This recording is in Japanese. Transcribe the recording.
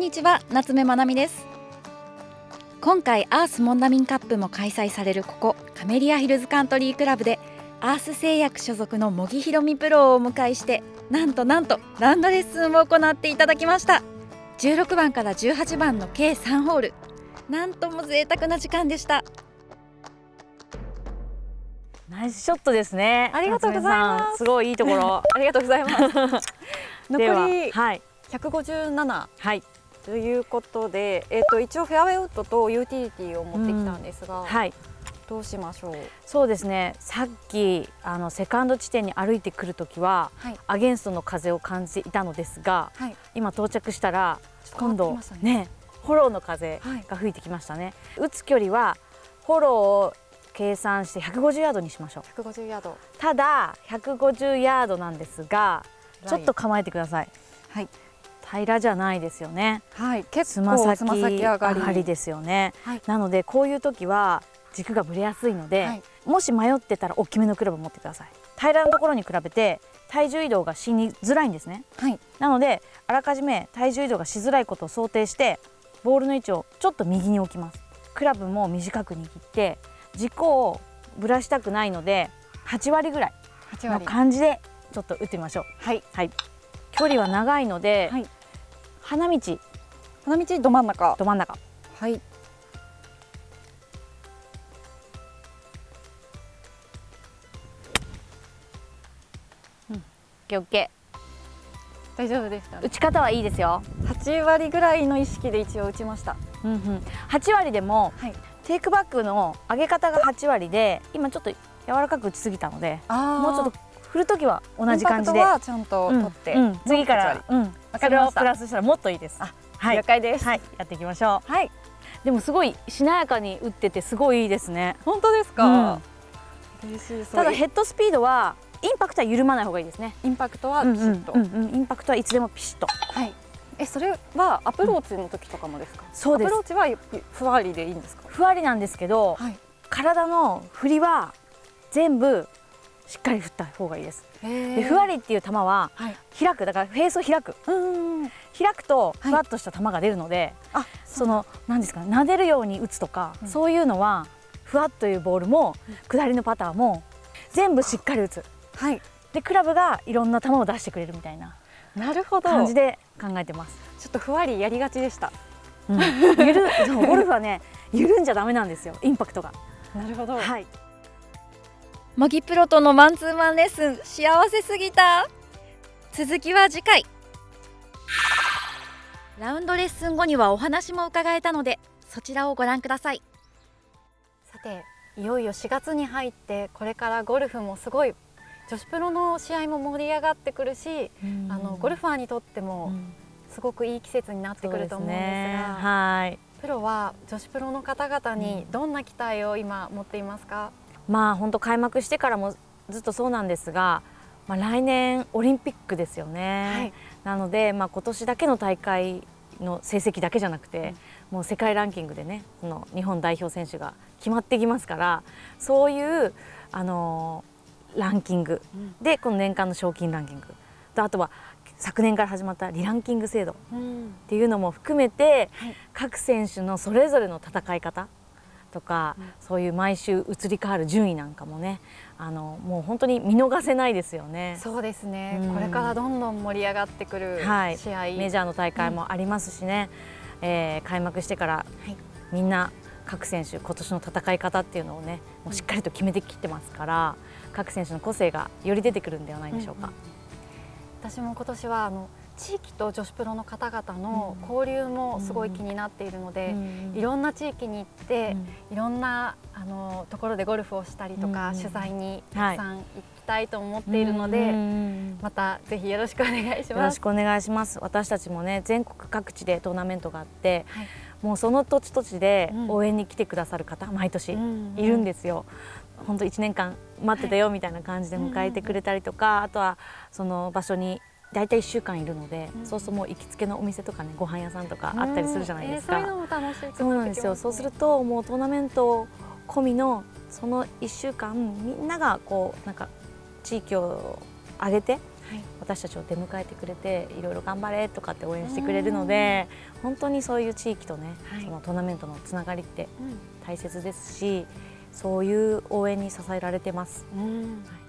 にちは、夏目まなみです。今回アースモンダミンカップも開催されるここカメリアヒルズカントリークラブでアース製薬所属の茂木ひろみプロをお迎えしてなんとラウンドレッスンを行っていただきました。16番から18番の計3ホール、なんとも贅沢な時間でした。 ナイスショットですね。 ありがとうございます。 すごいいいところありがとうございます残りはい 157、 はい、 ということで、一応フェアウェイウッドとユーティリティを持ってきたんですが、 はい、 どうしましょう。 そうですね、さっきセカンド地点に歩いてくるときは、はい、アゲンストの風を感じていたのですが、はい、今到着したら今度ねフォローの風が吹いてきましたね。打つ距離はフォローを計算して150ヤードにしましょう。 150ヤード。 ただ150ヤードなんですが、ちょっと構えてください。はい、平らじゃないですよね。はい、結構つま先上がりですよね。はい、なのでこういう時は軸がぶれやすいので、はい、もし迷ってたら大きめのクラブを持ってください。平らなところに比べて体重移動がしにづらいんですね。はい、なのであらかじめ体重移動がしづらいことを想定してボールの位置をちょっと右に置きます。クラブも短く握って軸をぶらしたくないので8割ぐらいの感じでちょっと打ってみましょう。はい、はい、距離は長いので、はい、花道ど真ん中。はい。オッケー。大丈夫ですかね。打ち方はいいですよ。8割ぐらいの意識で一応打ちました。8割でも、はい、テイクバックの上げ方が8割で、今ちょっと柔らかく打ちすぎたので、もうちょっと振るときは同じ感じで。インパクトはちゃんと取って、次からそれをプラスしたらもっといいです。了解です。はい、やっていきましょう。はい。でもすごいしなやかに打っててすごいいいですね。本当ですか。ただヘッドスピードはインパクトは緩まない方がいいですね。インパクトはピシッと。インパクトはいつでもピシッと。はい。それはアプローチの時とかもですか。そうです。アプローチはふわりでいいんですか。ふわりなんですけど、体の振りは全部しっかり振った方がいいです。でふわりっていう球は開く、だからフェースを開く。開くとふわっとした球が出るので、その何ですかね、撫でるように打つとか、そういうのはふわっというボールも下りのパターも全部しっかり打つ。はい。でクラブがいろんな球を出してくれるみたいな。なるほど。感じで考えてます。ちょっとふわりやりがちでした。ゴルフはね、緩んじゃダメなんですよ、インパクトが。なるほど。はい。茂木プロとのマンツーマンレッスン、幸せすぎた。続きは次回。ラウンドレッスン後にはお話も伺えたので、そちらをご覧ください。さて、いよいよ4月に入ってこれからゴルフもすごい女子プロの試合も盛り上がってくるし、ゴルファーにとってもすごくいい季節になってくると思うんですが、はい、プロは女子プロの方々にどんな期待を今持っていますか。まあ本当開幕してからもずっとそうなんですが、来年オリンピックですよね。はい、なので、今年だけの大会の成績だけじゃなくて、もう世界ランキングでね、その日本代表選手が決まってきますから、そういうランキングでこの年間の賞金ランキングと、あとは昨年から始まったリランキング制度っていうのも含めて、各選手のそれぞれの戦い方とか、そういう毎週移り変わる順位なんかもね、もう本当に見逃せないですよね。そうですね、これからどんどん盛り上がってくる試合、メジャーの大会もありますしね、開幕してからみんな各選手今年の戦い方っていうのをね、もうしっかりと決めてきてますから、各選手の個性がより出てくるんではないでしょうか。私も今年は地域と女子プロの方々の交流もすごい気になっているので、いろんな地域に行っていろんなところでゴルフをしたりとか、取材にたくさん行きたいと思っているので、またぜひよろしくお願いします。よろしくお願いします。私たちもね、全国各地でトーナメントがあって、もうその土地土地で応援に来てくださる方、毎年いるんですよ。本当1年間待ってたよみたいな感じで迎えてくれたりとか、あとはその場所に大体1週間いるので、そうするともう行きつけのお店とかね、ご飯屋さんとかあったりするじゃないですか。そういうのも楽しい。そうなんですよ。そうするともうトーナメント込みのその1週間、みんながこうなんか地域を挙げて私たちを出迎えてくれていろいろ頑張れとかって応援してくれるので、本当にそういう地域とね、そのトーナメントのつながりって大切ですし、そういう応援に支えられてます。 はい